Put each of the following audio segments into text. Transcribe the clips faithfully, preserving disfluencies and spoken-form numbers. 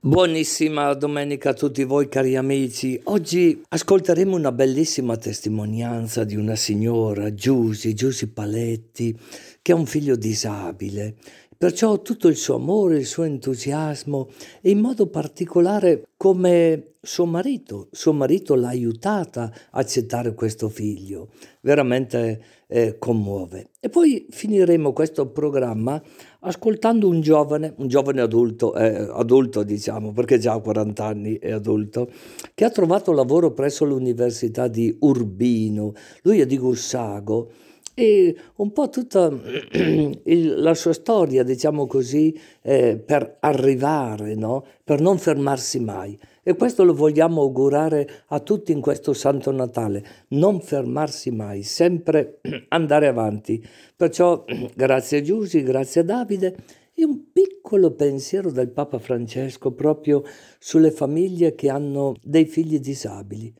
Buonissima domenica a tutti voi cari amici. Oggi ascolteremo una bellissima testimonianza di una signora, Giusy, Giusy Paletti, che ha un figlio disabile. Perciò tutto il suo amore, il suo entusiasmo e in modo particolare come suo marito, suo marito l'ha aiutata a accettare questo figlio. Veramente eh, commuove. E poi finiremo questo programma ascoltando un giovane, un giovane adulto, eh, adulto diciamo, perché già ha quaranta anni, è adulto, che ha trovato lavoro presso l'Università di Urbino. Lui è di Gussago e un po' tutta il- la sua storia, diciamo così, eh, per arrivare, no? Per non fermarsi mai. E questo lo vogliamo augurare a tutti in questo Santo Natale, non fermarsi mai, sempre andare avanti. Perciò grazie Giusy, grazie a Davide e un piccolo pensiero del Papa Francesco proprio sulle famiglie che hanno dei figli disabili.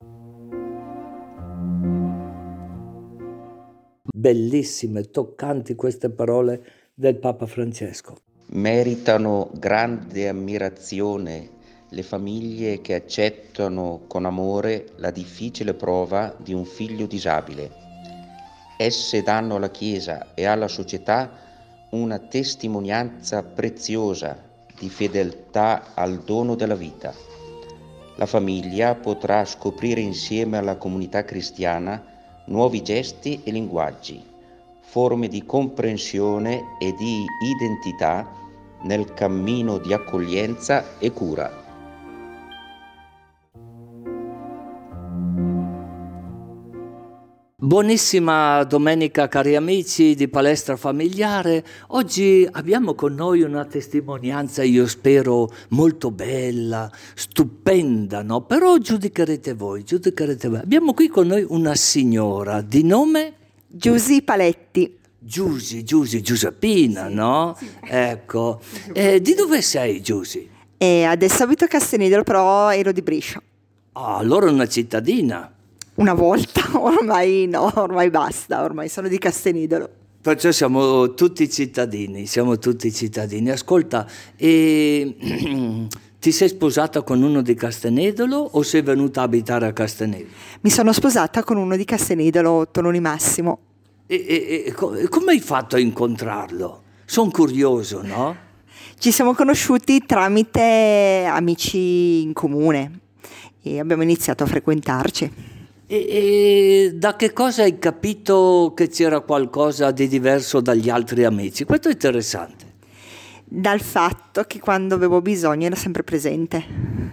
Bellissime, toccanti queste parole del Papa Francesco. Meritano grande ammirazione le famiglie che accettano con amore la difficile prova di un figlio disabile. Esse danno alla Chiesa e alla società una testimonianza preziosa di fedeltà al dono della vita. La famiglia potrà scoprire insieme alla comunità cristiana nuovi gesti e linguaggi, forme di comprensione e di identità nel cammino di accoglienza e cura. Buonissima domenica cari amici di Palestra Familiare. Oggi abbiamo con noi una testimonianza, io spero, molto bella, stupenda, no? Però giudicherete voi, giudicherete voi. Abbiamo qui con noi una signora di nome Giusy Paletti. Giusy, Giusy, Giuseppina, no? Ecco. Eh, di dove sei, Giusy? E adesso abito a Castenedolo, però ero di Brescia. Ah, allora una cittadina. Una volta, ormai no, ormai basta, ormai sono di Castenedolo. Perciò siamo tutti cittadini, siamo tutti cittadini. Ascolta, e ti sei sposata con uno di Castenedolo o sei venuta a abitare a Castenedolo? Mi sono sposata con uno di Castenedolo, Tononi Massimo. E, e, e co- come hai fatto a incontrarlo? Sono curioso, no? Ci siamo conosciuti tramite amici in comune e abbiamo iniziato a frequentarci. E, e da che cosa hai capito che c'era qualcosa di diverso dagli altri amici? Questo è interessante. Dal fatto che quando avevo bisogno era sempre presente.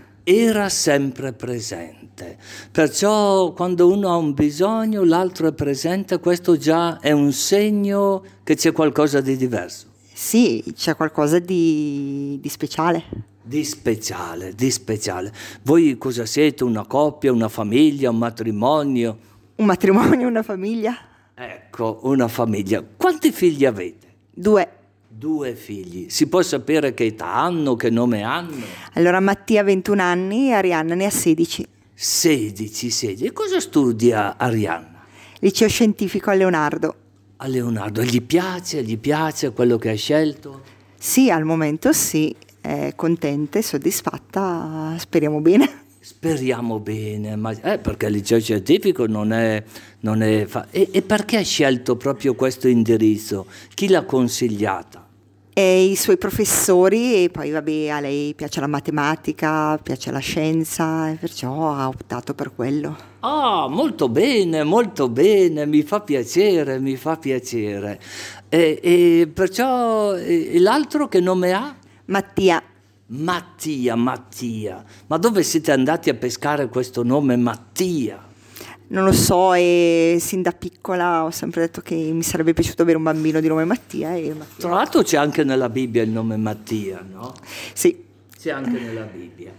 Era sempre presente, perciò quando uno ha un bisogno l'altro è presente, questo già è un segno che c'è qualcosa di diverso. Sì, c'è qualcosa di, di speciale. Di speciale, di speciale. Voi cosa siete? Una coppia, una famiglia, un matrimonio? Un matrimonio, una famiglia? Ecco, una famiglia. Quanti figli avete? Due. Due figli. Si può sapere che età hanno, che nome hanno? Allora Mattia ha ventuno anni e Arianna ne ha sedici. sedici, sedici. E cosa studia Arianna? Liceo scientifico a Leonardo. A Leonardo. Gli piace? Gli piace quello che hai scelto? Sì, al momento sì, è contenta e soddisfatta, speriamo bene. Speriamo bene, ma, eh, perché il liceo scientifico non è... Non è fa- e, e perché hai scelto proprio questo indirizzo? Chi l'ha consigliata? E i suoi professori, e poi vabbè, a lei piace la matematica, piace la scienza, e perciò ha optato per quello. Ah, molto bene, molto bene, mi fa piacere, mi fa piacere. E, e perciò e l'altro che nome ha? Mattia. Mattia, Mattia. Ma dove siete andati a pescare questo nome Mattia? Non lo so, e sin da piccola ho sempre detto che mi sarebbe piaciuto avere un bambino di nome Mattia. E Mattia. Tra l'altro c'è anche nella Bibbia il nome Mattia, no? Sì. C'è anche nella Bibbia.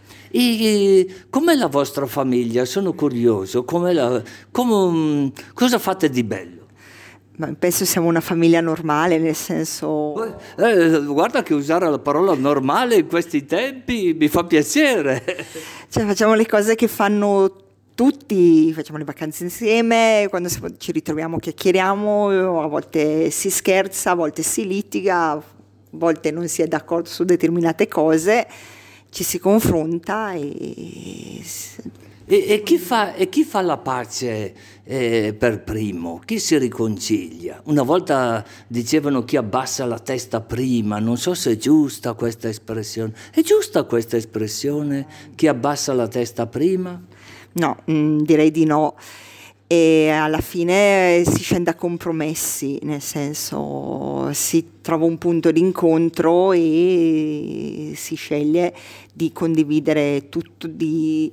E com'è la vostra famiglia? Sono curioso. Com'è la, come, cosa fate di bello? Ma penso siamo una famiglia normale, nel senso... Eh, guarda che usare la parola normale in questi tempi mi fa piacere. Cioè facciamo le cose che fanno tutti, facciamo le vacanze insieme, quando ci ritroviamo chiacchieriamo, a volte si scherza, a volte si litiga, a volte non si è d'accordo su determinate cose, ci si confronta e... E, e, chi fa, e chi fa la pace eh, per primo? Chi si riconcilia? Una volta dicevano chi abbassa la testa prima, non so se è giusta questa espressione. È giusta questa espressione, chi abbassa la testa prima? No, mh, direi di no. E alla fine si scende a compromessi, nel senso si trova un punto d'incontro e si sceglie di condividere tutto, di...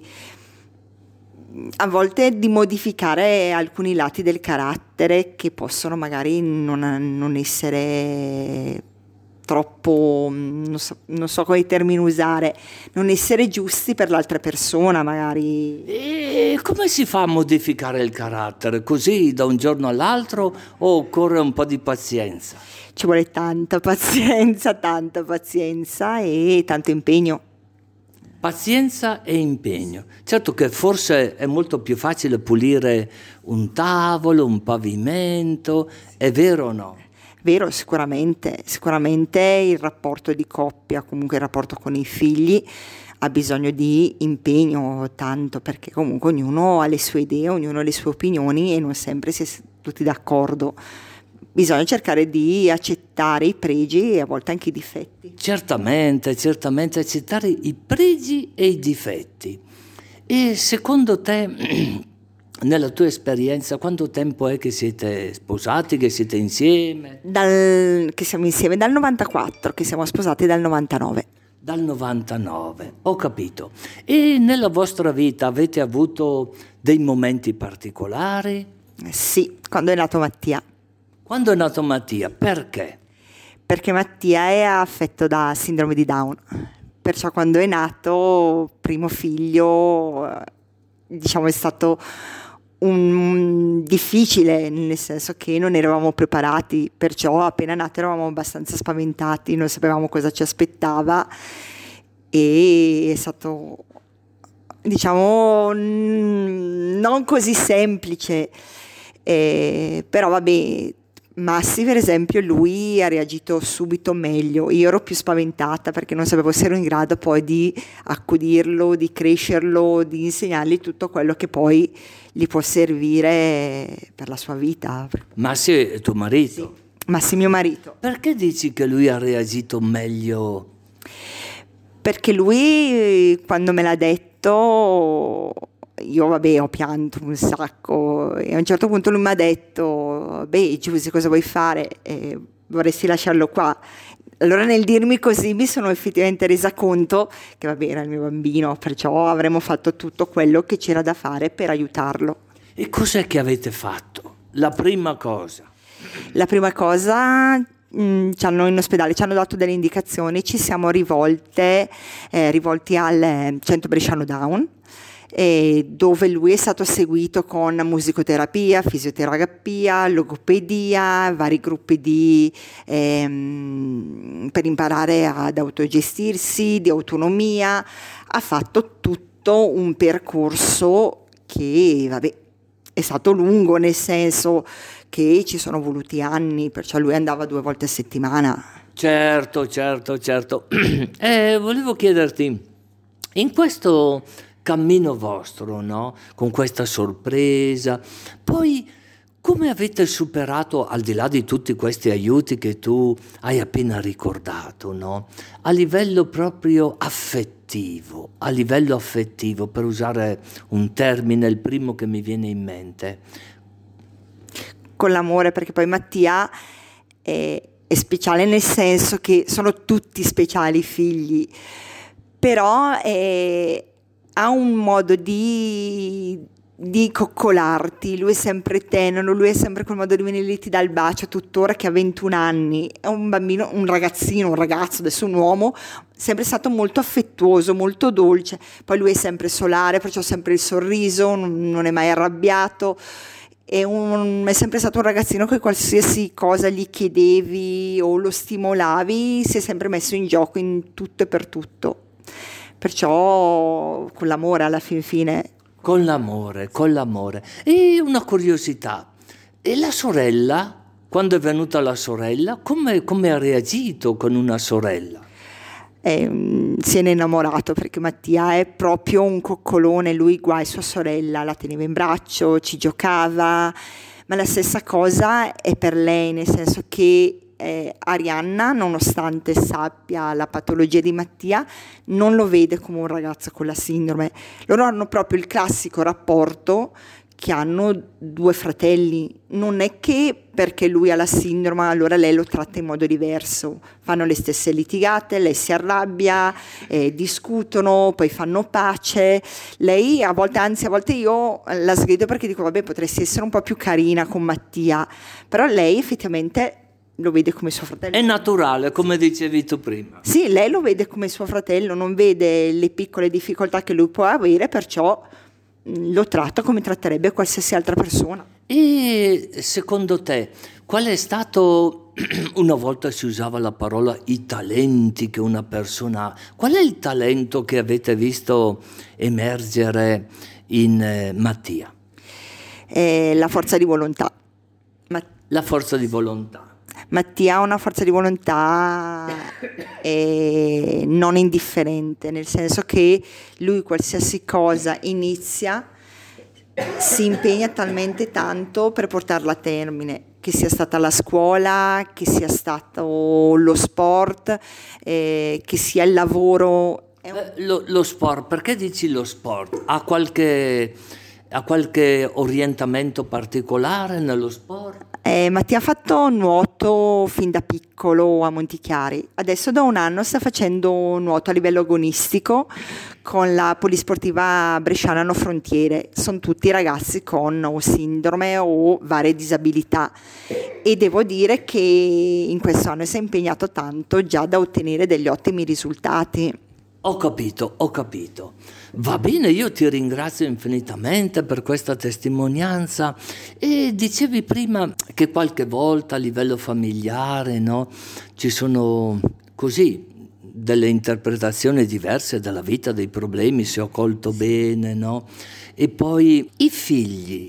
a volte di modificare alcuni lati del carattere che possono magari non, non essere troppo, non so, non so quali termini usare, non essere giusti per l'altra persona magari. E come si fa a modificare il carattere? Così da un giorno all'altro o occorre un po' di pazienza? Ci vuole tanta pazienza, tanta pazienza e tanto impegno. Pazienza e impegno. Certo che forse è molto più facile pulire un tavolo, un pavimento, è vero o no? Vero, sicuramente, sicuramente il rapporto di coppia, comunque il rapporto con i figli ha bisogno di impegno tanto, perché comunque ognuno ha le sue idee, ognuno ha le sue opinioni e non sempre si è tutti d'accordo. Bisogna cercare di accettare i pregi e a volte anche i difetti. Certamente, certamente accettare i pregi e i difetti. E secondo te, nella tua esperienza, quanto tempo è che siete sposati, che siete insieme? Dal, che siamo insieme dal novantaquattro, che siamo sposati dal novantanove. Dal novantanove, ho capito. E nella vostra vita avete avuto dei momenti particolari? Sì, quando è nato Mattia. Quando è nato Mattia, perché? Perché Mattia è affetto da sindrome di Down, perciò quando è nato, primo figlio, diciamo è stato un, difficile, nel senso che non eravamo preparati, perciò appena nato eravamo abbastanza spaventati, non sapevamo cosa ci aspettava e è stato, diciamo, non così semplice, eh, però vabbè. Massi per esempio, lui ha reagito subito meglio, io ero più spaventata perché non sapevo se ero in grado poi di accudirlo, di crescerlo, di insegnargli tutto quello che poi gli può servire per la sua vita. Massi è tuo marito? Sì, Massi mio marito. Perché dici che lui ha reagito meglio? Perché lui quando me l'ha detto... Io vabbè ho pianto un sacco e a un certo punto lui mi ha detto beh Giusy, cosa vuoi fare? Eh, vorresti lasciarlo qua? Allora nel dirmi così mi sono effettivamente resa conto che vabbè era il mio bambino, perciò avremmo fatto tutto quello che c'era da fare per aiutarlo. E cos'è che avete fatto? La prima cosa? La prima cosa... Mm, ci hanno in ospedale, ci hanno dato delle indicazioni, ci siamo rivolte eh, rivolti al centro bresciano Down, Eh, dove lui è stato seguito con musicoterapia, fisioterapia, logopedia, vari gruppi di, ehm, per imparare ad autogestirsi, di autonomia. Ha fatto tutto un percorso che vabbè è stato lungo, nel senso che ci sono voluti anni, perciò lui andava due volte a settimana. Certo, certo, certo. eh, volevo chiederti, in questo cammino vostro, no? Con questa sorpresa, poi come avete superato, al di là di tutti questi aiuti che tu hai appena ricordato, no? A livello proprio affettivo, a livello affettivo, per usare un termine, il primo che mi viene in mente. Con l'amore, perché poi Mattia è, è speciale nel senso che sono tutti speciali i figli, però è... ha un modo di, di coccolarti, lui è sempre tenero, lui è sempre quel modo di venire, ti dà il bacio, tuttora che ha ventuno anni, è un bambino, un ragazzino, un ragazzo, adesso un uomo, sempre stato molto affettuoso, molto dolce, poi lui è sempre solare, perciò sempre il sorriso, non, non è mai arrabbiato, è, un, è sempre stato un ragazzino che qualsiasi cosa gli chiedevi o lo stimolavi, si è sempre messo in gioco in tutto e per tutto. Perciò con l'amore alla fin fine. Con l'amore, con l'amore. E una curiosità, e la sorella, quando è venuta la sorella, come, come ha reagito con una sorella? Eh, se n'è innamorato, perché Mattia è proprio un coccolone, lui guai sua sorella, la teneva in braccio, ci giocava, ma la stessa cosa è per lei, nel senso che Eh, Arianna, nonostante sappia la patologia di Mattia, non lo vede come un ragazzo con la sindrome. Loro hanno proprio il classico rapporto che hanno due fratelli. Non è che perché lui ha la sindrome allora lei lo tratta in modo diverso, fanno le stesse litigate, lei si arrabbia, eh, discutono, poi fanno pace. Lei a volte, anzi a volte io la sgrido perché dico vabbè, potresti essere un po' più carina con Mattia, però lei effettivamente lo vede come suo fratello. È naturale, come dicevi tu prima. Sì, lei lo vede come suo fratello, non vede le piccole difficoltà che lui può avere, perciò lo tratta come tratterebbe qualsiasi altra persona. E secondo te, qual è stato, una volta si usava la parola i talenti che una persona ha, qual è il talento che avete visto emergere in eh, Mattia? Eh, la forza di volontà. Ma- La forza di volontà. Mattia ha una forza di volontà eh, non indifferente, nel senso che lui qualsiasi cosa inizia si impegna talmente tanto per portarla a termine, che sia stata la scuola, che sia stato lo sport, eh, che sia il lavoro. È un... Eh, lo, lo sport, perché dici lo sport? Ha qualche, ha qualche orientamento particolare nello sport? Eh, Mattia ha fatto nuoto fin da piccolo a Montichiari, adesso da un anno sta facendo nuoto a livello agonistico con la Polisportiva Bresciana No Frontiere. Sono tutti ragazzi con o sindrome o varie disabilità e devo dire che in questo anno si è impegnato tanto già da ottenere degli ottimi risultati. Ho capito, ho capito. Va bene, io ti ringrazio infinitamente per questa testimonianza. E dicevi prima che qualche volta a livello familiare, no, ci sono così delle interpretazioni diverse della vita, dei problemi, se ho colto bene, no? E poi i figli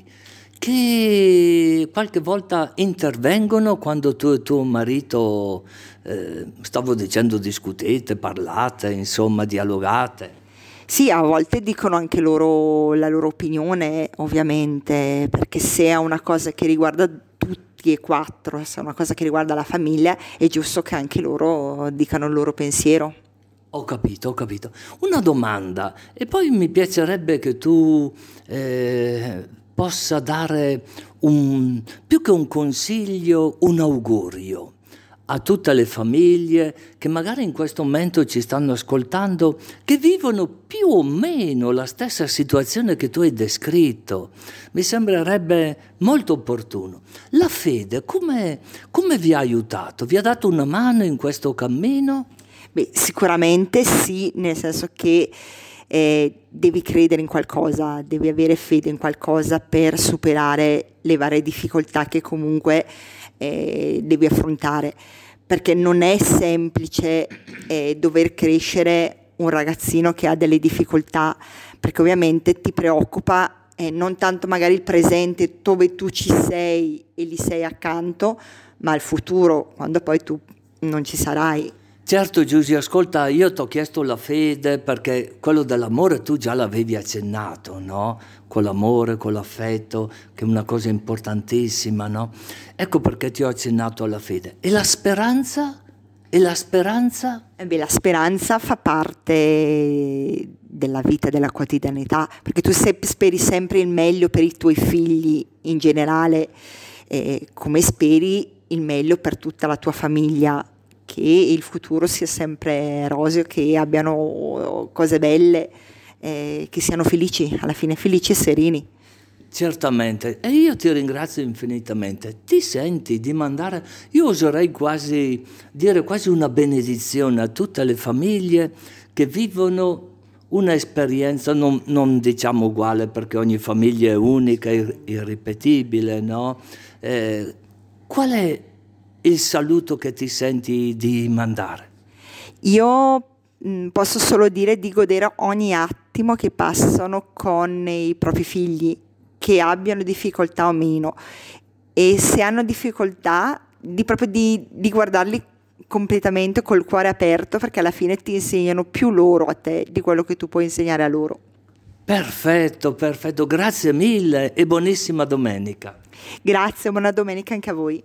che qualche volta intervengono quando tu e tuo marito, eh, stavo dicendo, discutete, parlate, insomma, dialogate. Sì, a volte dicono anche loro la loro opinione, ovviamente, perché se è una cosa che riguarda tutti e quattro, se è una cosa che riguarda la famiglia, è giusto che anche loro dicano il loro pensiero. Ho capito, ho capito. Una domanda, e poi mi piacerebbe che tu eh, possa dare un, più che un consiglio, un augurio a tutte le famiglie che magari in questo momento ci stanno ascoltando, che vivono più o meno la stessa situazione che tu hai descritto. Mi sembrerebbe molto opportuno. La fede come, come vi ha aiutato? Vi ha dato una mano in questo cammino? Beh, sicuramente sì, nel senso che eh, devi credere in qualcosa, devi avere fede in qualcosa per superare le varie difficoltà che comunque eh, devi affrontare, perché non è semplice eh, dover crescere un ragazzino che ha delle difficoltà, perché ovviamente ti preoccupa eh, non tanto magari il presente dove tu ci sei e gli sei accanto, ma il futuro, quando poi tu non ci sarai. Certo Giusy, ascolta, io ti ho chiesto la fede perché quello dell'amore tu già l'avevi accennato, no? Con l'amore, con l'affetto, che è una cosa importantissima, no? Ecco perché ti ho accennato alla fede. E la speranza? E la speranza? Eh beh, la speranza fa parte della vita, della quotidianità, perché tu se- speri sempre il meglio per i tuoi figli in generale, eh, come speri il meglio per tutta la tua famiglia, che il futuro sia sempre roseo, che abbiano cose belle, eh, che siano felici, alla fine felici e sereni. Certamente, e io ti ringrazio infinitamente. Ti senti di mandare, io oserei quasi dire quasi una benedizione a tutte le famiglie che vivono una esperienza, non, non diciamo uguale perché ogni famiglia è unica, ir- irripetibile, no? Eh, qual è il saluto che ti senti di mandare? Io mh, posso solo dire di godere ogni attimo che passano con i propri figli, che abbiano difficoltà o meno, e se hanno difficoltà di proprio di, di guardarli completamente col cuore aperto, perché alla fine ti insegnano più loro a te di quello che tu puoi insegnare a loro. Perfetto, perfetto, grazie mille e buonissima domenica. Grazie, buona domenica anche a voi.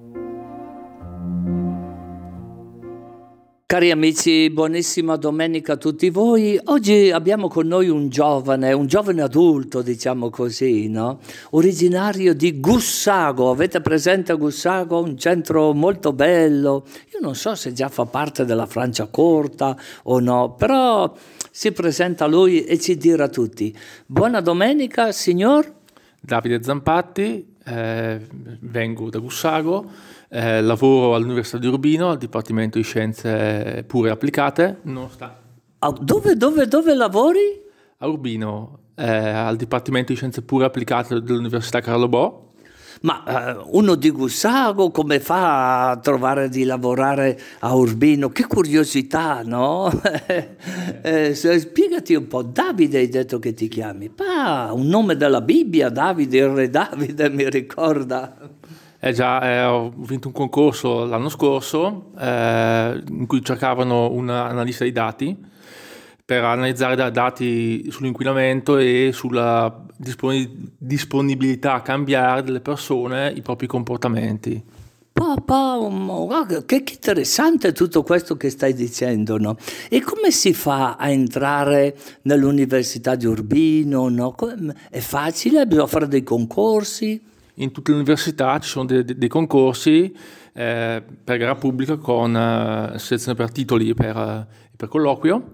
Cari amici, buonissima domenica a tutti voi. Oggi abbiamo con noi un giovane, un giovane adulto, diciamo così, no? Originario di Gussago. Avete presente Gussago? Un centro molto bello. Io non so se già fa parte della Franciacorta o no, però si presenta lui e ci dirà tutti. Buona domenica, signor? Davide Zampatti, eh, vengo da Gussago. Eh, lavoro all'Università di Urbino, al Dipartimento di Scienze Pure Applicate. Non sta... Ah, dove, dove, dove lavori? A Urbino, eh, al Dipartimento di Scienze Pure Applicate dell'Università Carlo Bo. Ma uh, uno di Gussago come fa a trovare di lavorare a Urbino? Che curiosità, no? eh, spiegati un po'. Davide hai detto che ti chiami. Pa, un nome della Bibbia, Davide, il re Davide, mi ricorda. Eh già, eh, ho vinto un concorso l'anno scorso eh, in cui cercavano un analista di dati per analizzare da- dati sull'inquinamento e sulla disponi- disponibilità a cambiare delle persone i propri comportamenti. Papà, guarda, che che interessante tutto questo che stai dicendo, no? E come si fa a entrare nell'Università di Urbino, no? Come- È facile? Bisogna fare dei concorsi? In tutte le università ci sono de- de- dei concorsi eh, per gara pubblica con eh, selezione per titoli e per, eh, per colloquio.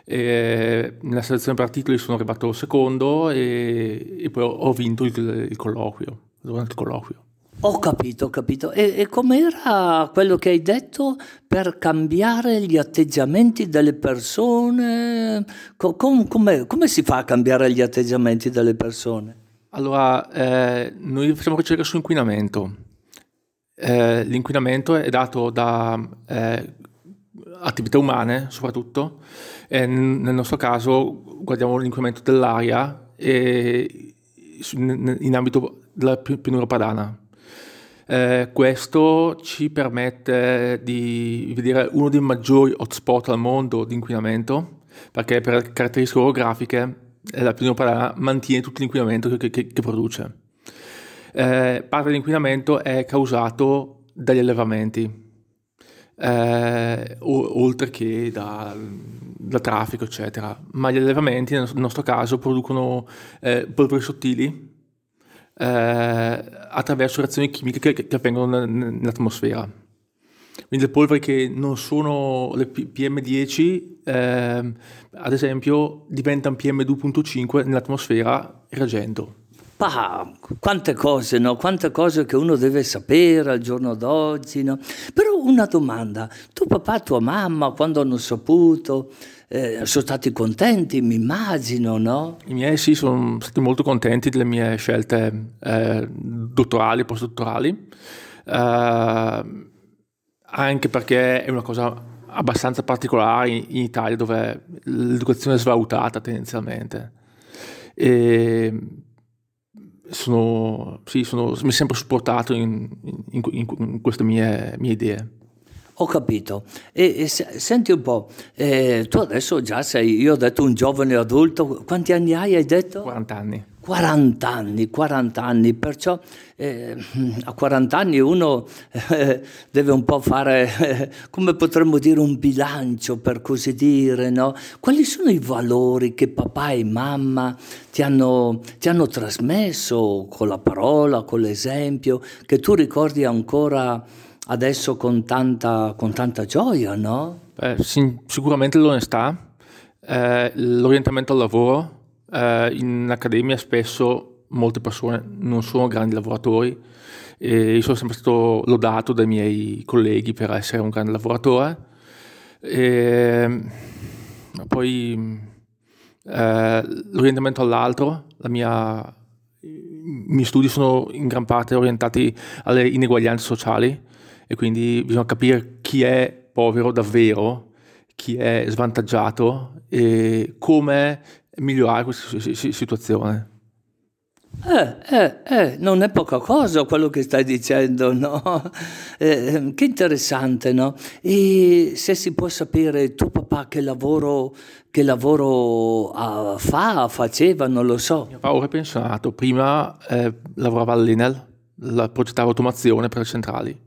E nella selezione per titoli sono arrivato secondo e, e poi ho, ho vinto il, il colloquio, durante il colloquio. Ho capito, ho capito. E, e com'era quello che hai detto per cambiare gli atteggiamenti delle persone? Co- com- come, come si fa a cambiare gli atteggiamenti delle persone? Allora, eh, noi facciamo ricerca su inquinamento. Eh, l'inquinamento è dato da eh, attività umane, soprattutto, e n- nel nostro caso guardiamo l'inquinamento dell'aria e su- n- in ambito della pi- pianura padana. Eh, questo ci permette di vedere uno dei maggiori hotspot al mondo di inquinamento, perché per caratteristiche orografiche eh, la pianura padana mantiene tutto l'inquinamento che, che- che produce. Eh, parte dell'inquinamento è causato dagli allevamenti, eh, o- oltre che da, da traffico, eccetera. Ma gli allevamenti, nel nostro caso, producono eh, polveri sottili eh, attraverso reazioni chimiche che, che avvengono n- nell'atmosfera. Quindi le polveri che non sono le P- P M dieci, ehm, ad esempio, diventano P M due virgola cinque nell'atmosfera reagendo. Pa, quante cose, no? Quante cose che uno deve sapere al giorno d'oggi, no? Però una domanda, tuo papà, tua mamma, quando hanno saputo, eh, sono stati contenti, mi immagino, no? I miei sì, sono stati molto contenti delle mie scelte eh, dottorali, postdottorali, eh, anche perché è una cosa abbastanza particolare in, in Italia, dove l'educazione è svalutata tendenzialmente. E sono, sì, sono, mi è sempre supportato in, in- in- in queste mie, mie idee. Ho capito. E, e se- senti un po', eh, tu adesso già sei, io ho detto un giovane adulto, quanti anni hai, hai detto? quaranta anni. quaranta anni, quaranta anni, perciò eh, a quaranta anni uno eh, deve un po' fare, eh, come potremmo dire, un bilancio, per così dire, no? Quali sono i valori che papà e mamma ti hanno, ti hanno trasmesso con la parola, con l'esempio, che tu ricordi ancora adesso con tanta, con tanta gioia, no? Eh, sin- sicuramente l'onestà, eh, l'orientamento al lavoro. Eh, in accademia spesso molte persone non sono grandi lavoratori e io sono sempre stato lodato dai miei colleghi per essere un grande lavoratore. E, poi eh, l'orientamento all'altro, la mia, i miei studi sono in gran parte orientati alle ineguaglianze sociali e quindi bisogna capire chi è povero davvero, chi è svantaggiato e come migliorare questa si- si- situazione. Eh, eh, eh, non è poca cosa quello che stai dicendo, no? Eh, che interessante, no? E se si può sapere, tuo papà che lavoro, che lavoro ah, fa, faceva, non lo so. Mio papà ora è pensionato, prima eh, lavorava all'Enel, la progettava automazione per le centrali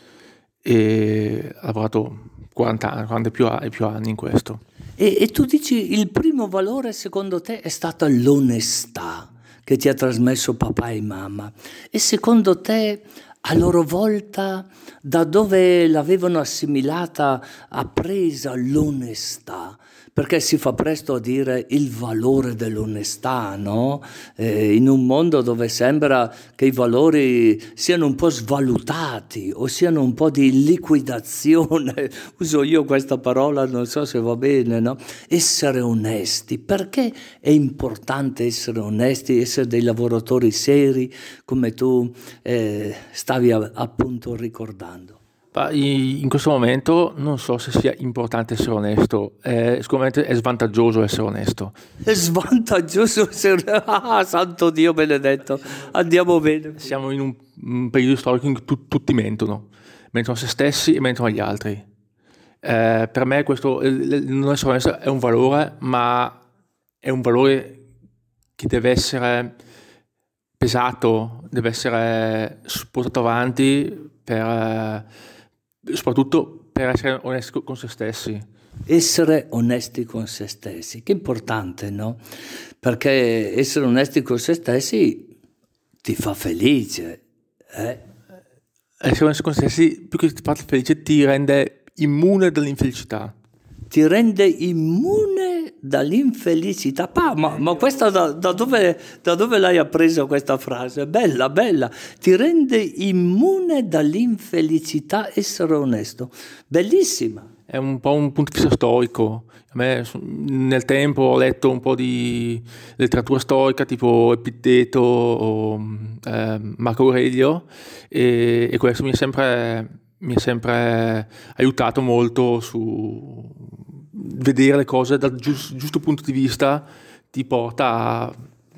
e ha lavorato quaranta anni, quaranta e più, e più anni in questo. E, e tu dici il primo valore secondo te è stata l'onestà che ti ha trasmesso papà e mamma. E secondo te, a loro volta, da dove l'avevano assimilata, appresa l'onestà? Perché si fa presto a dire il valore dell'onestà, no? Eh, in un mondo dove sembra che i valori siano un po' svalutati o siano un po' di liquidazione, uso io questa parola, non so se va bene, no? Essere onesti, perché è importante essere onesti, essere dei lavoratori seri, come tu eh, stavi a, appunto ricordando? Ma i- in questo momento non so se sia importante essere onesto, eh, sicuramente è svantaggioso essere onesto. È svantaggioso essere... Ah, santo Dio benedetto, andiamo bene. Siamo in un, un periodo storico in cui tu- tutti mentono, mentono a se stessi e mentono agli altri. Eh, per me questo, il- il non essere onesto è un valore, ma è un valore che deve essere pesato, deve essere portato avanti per, eh, soprattutto per essere onesti co- con se stessi. Essere onesti con se stessi, che importante, no? Perché essere onesti con se stessi ti fa felice, eh? Essere onesti con se stessi, più che ti fa felice, ti rende immune dall'infelicità. Ti rende immune dall'infelicità. Pa, ma, ma questa da, da dove, da dove l'hai appresa questa frase? Bella, bella. Ti rende immune dall'infelicità essere onesto. Bellissima. È un po' un punto di vista storico. A me, so- nel tempo ho letto un po' di letteratura storica tipo Epitteto o eh, Marco Aurelio e, e questo mi è sempre, mi ha sempre aiutato molto su vedere le cose dal gius- giusto punto di vista, ti porta a...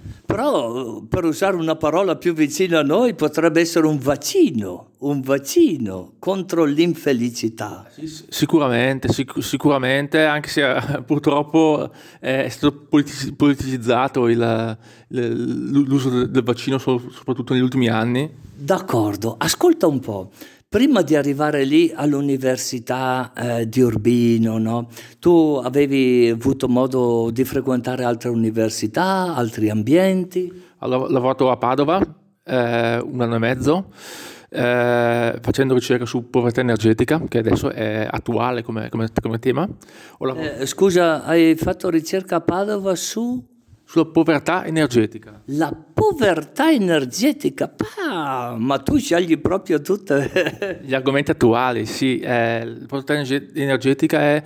Però, per usare una parola più vicina a noi, potrebbe essere un vaccino, un vaccino contro l'infelicità. Sicuramente, sic- sicuramente, anche se eh, purtroppo eh, è stato politici- politicizzato il- il- l'uso del del vaccino, so- soprattutto negli ultimi anni. D'accordo, ascolta un po'. Prima di arrivare lì all'università eh, di Urbino, no? Tu avevi avuto modo di frequentare altre università, altri ambienti? Ho lav- lavorato a Padova eh, un anno e mezzo, eh, facendo ricerca su povertà energetica, che adesso è attuale come, come- come tema. Ho lavorato Eh, scusa, hai fatto ricerca a Padova su sulla povertà energetica. la povertà energetica? Pa, ma tu scegli proprio tutte. Gli argomenti attuali, sì, eh, la povertà energe- energetica è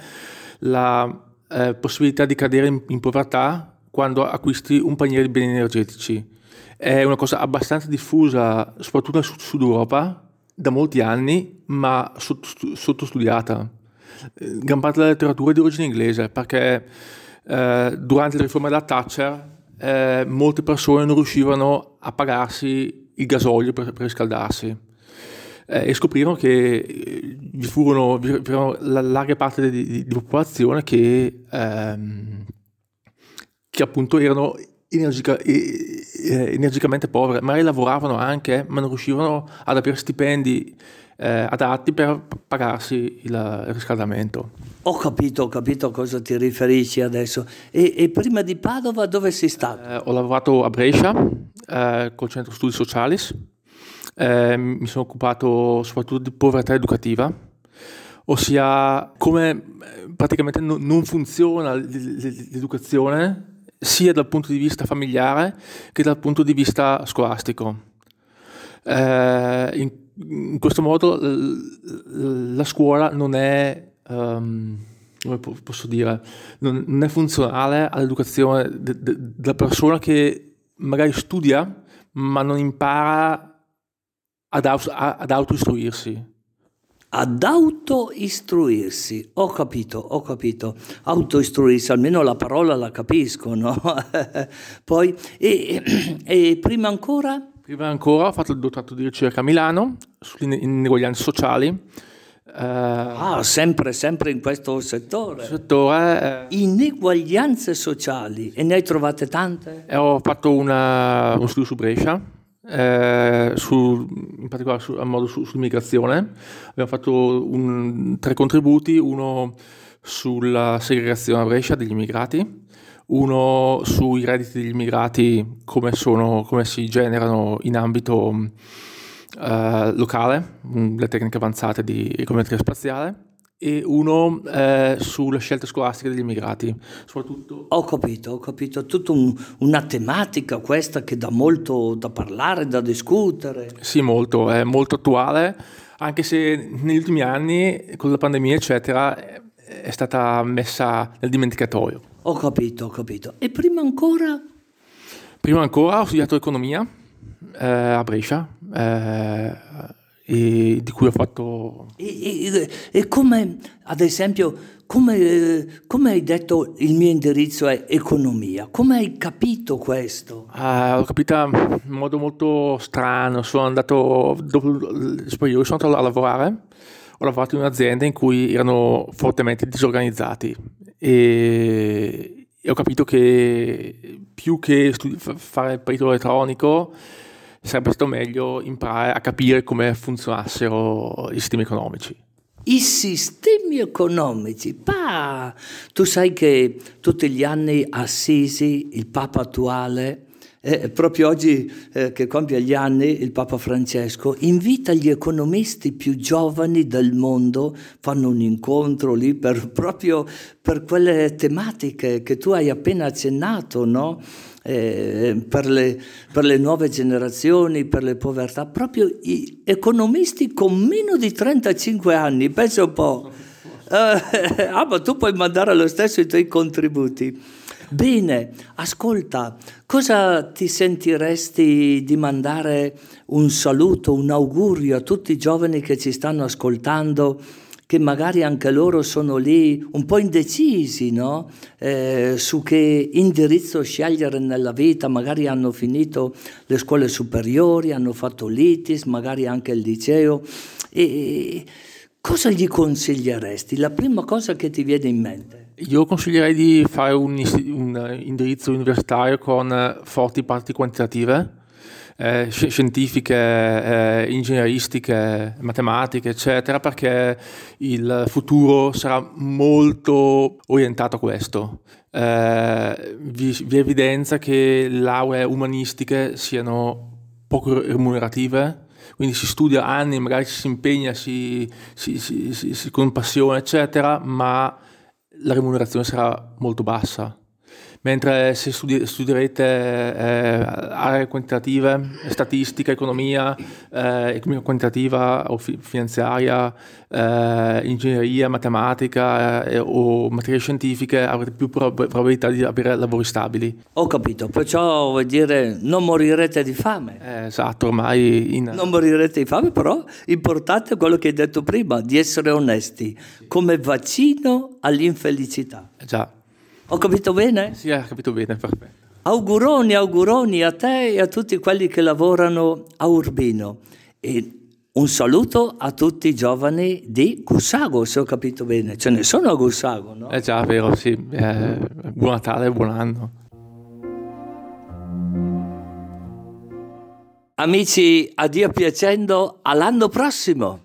la eh, possibilità di cadere in, in povertà quando acquisti un paniere di beni energetici. È una cosa abbastanza diffusa, soprattutto nel Sud Sud Europa, da molti anni, ma sottostu- sottostudiata. Eh, Gran parte della letteratura è di origine inglese, perché eh, durante la riforma della Thatcher eh, molte persone non riuscivano a pagarsi il gasolio per, per riscaldarsi. Eh, e scoprirono che eh, vi furono, vi vi erano la larga parte di, di- di popolazione che, ehm, che appunto erano energica- eh, eh, energicamente povere, magari lavoravano anche, ma non riuscivano ad avere stipendi eh, adatti per pagarsi il, il riscaldamento. Ho capito, ho capito a cosa ti riferisci adesso. E, e prima di Padova dove sei stato? Eh, ho lavorato a Brescia eh, col centro studi socialis. Eh, mi sono occupato soprattutto di povertà educativa, ossia come eh, praticamente no- non funziona l- l- l'educazione sia dal punto di vista familiare che dal punto di vista scolastico. Eh, in, in questo modo l- l- la scuola non è, ehm, come po- posso dire, non, non è funzionale all'educazione de- de- della persona che magari studia ma non impara ad, aus- a- ad autoistruirsi. ad autoistruirsi. Ho capito, ho capito. Autoistruirsi, almeno la parola la capisco, no? Poi, e, e prima ancora? Prima ancora ho fatto il dottorato di ricerca a Milano sulle ineguaglianze sociali. Eh, Ah, sempre, sempre in questo settore. settore, eh, Ineguaglianze sociali. E ne hai trovate tante? e ho fatto una- uno studio su Brescia, eh, su- in particolare su, a modo su, sull'immigrazione. Abbiamo fatto un- tre contributi, uno sulla segregazione a Brescia degli immigrati, uno sui redditi degli immigrati, come, sono, come si generano in ambito eh, locale, mh, le tecniche avanzate di econometria spaziale, e uno eh, sulle scelte scolastiche degli immigrati, soprattutto. Ho capito, ho capito. Tutta un- una tematica questa che dà molto da parlare, da discutere. Sì, molto, è molto attuale, anche se negli ultimi anni, con la pandemia, eccetera, è è stata messa nel dimenticatoio. Ho capito, ho capito. E prima ancora? Prima ancora ho studiato economia eh, a Brescia, eh, e di cui ho fatto. E, e- e come, ad esempio, come, come hai detto il mio indirizzo è economia? Come hai capito questo? Ah, l'ho capita in modo molto strano. Sono andato dopo le superiori, sono andato a lavorare. Ho lavorato in un'azienda in cui erano fortemente disorganizzati e, e ho capito che più che studi- fa- fare il perito elettronico sarebbe stato meglio imparare a capire come funzionassero i sistemi economici. I sistemi economici. Pa! Tu sai che tutti gli anni Assisi, il Papa attuale, eh, proprio oggi eh, che compie gli anni, il Papa Francesco invita gli economisti più giovani del mondo, fanno un incontro lì per, proprio per quelle tematiche che tu hai appena accennato, no? Eh, per, le, per le nuove generazioni, per le povertà, proprio gli economisti con meno di trentacinque anni, pensa un po'. Eh, ah, ma tu puoi mandare lo stesso i tuoi contributi. Bene, ascolta, cosa ti sentiresti di mandare un saluto, un augurio a tutti i giovani che ci stanno ascoltando, che magari anche loro sono lì un po' indecisi, no? Eh, su che indirizzo scegliere nella vita, magari hanno finito le scuole superiori, hanno fatto l'I T I S, magari anche il liceo. E cosa gli consiglieresti? La prima cosa che ti viene in mente? Io consiglierei di fare un, isti- un indirizzo universitario con eh, forti parti quantitative, eh, sci- scientifiche, eh, ingegneristiche, matematiche, eccetera, perché il futuro sarà molto orientato a questo. Eh, vi, vi evidenzia che le lauree umanistiche siano poco remunerative, quindi si studia anni, magari ci si impegna si, si- si- si- si- con passione, eccetera, ma la remunerazione sarà molto bassa. Mentre se studi- studierete eh, aree quantitative, statistica, economia, eh, economia quantitativa o fi- finanziaria, eh, ingegneria, matematica eh, o materie scientifiche, avrete più prob- probabilità di avere lavori stabili. Ho capito, perciò vuol dire non morirete di fame. Eh, esatto, ormai in... Non morirete di fame, però importante è quello che hai detto prima, di essere onesti, come vaccino all'infelicità. eh, già, Ho capito bene? sì, hai capito bene, perfetto. Auguroni, auguroni a te e a tutti quelli che lavorano a Urbino. E un saluto a tutti i giovani di Gussago, se ho capito bene. Ce ne sono a Gussago, no? È già vero, sì. Eh, buon Natale, buon anno. Amici, a Dio piacendo, all'anno prossimo!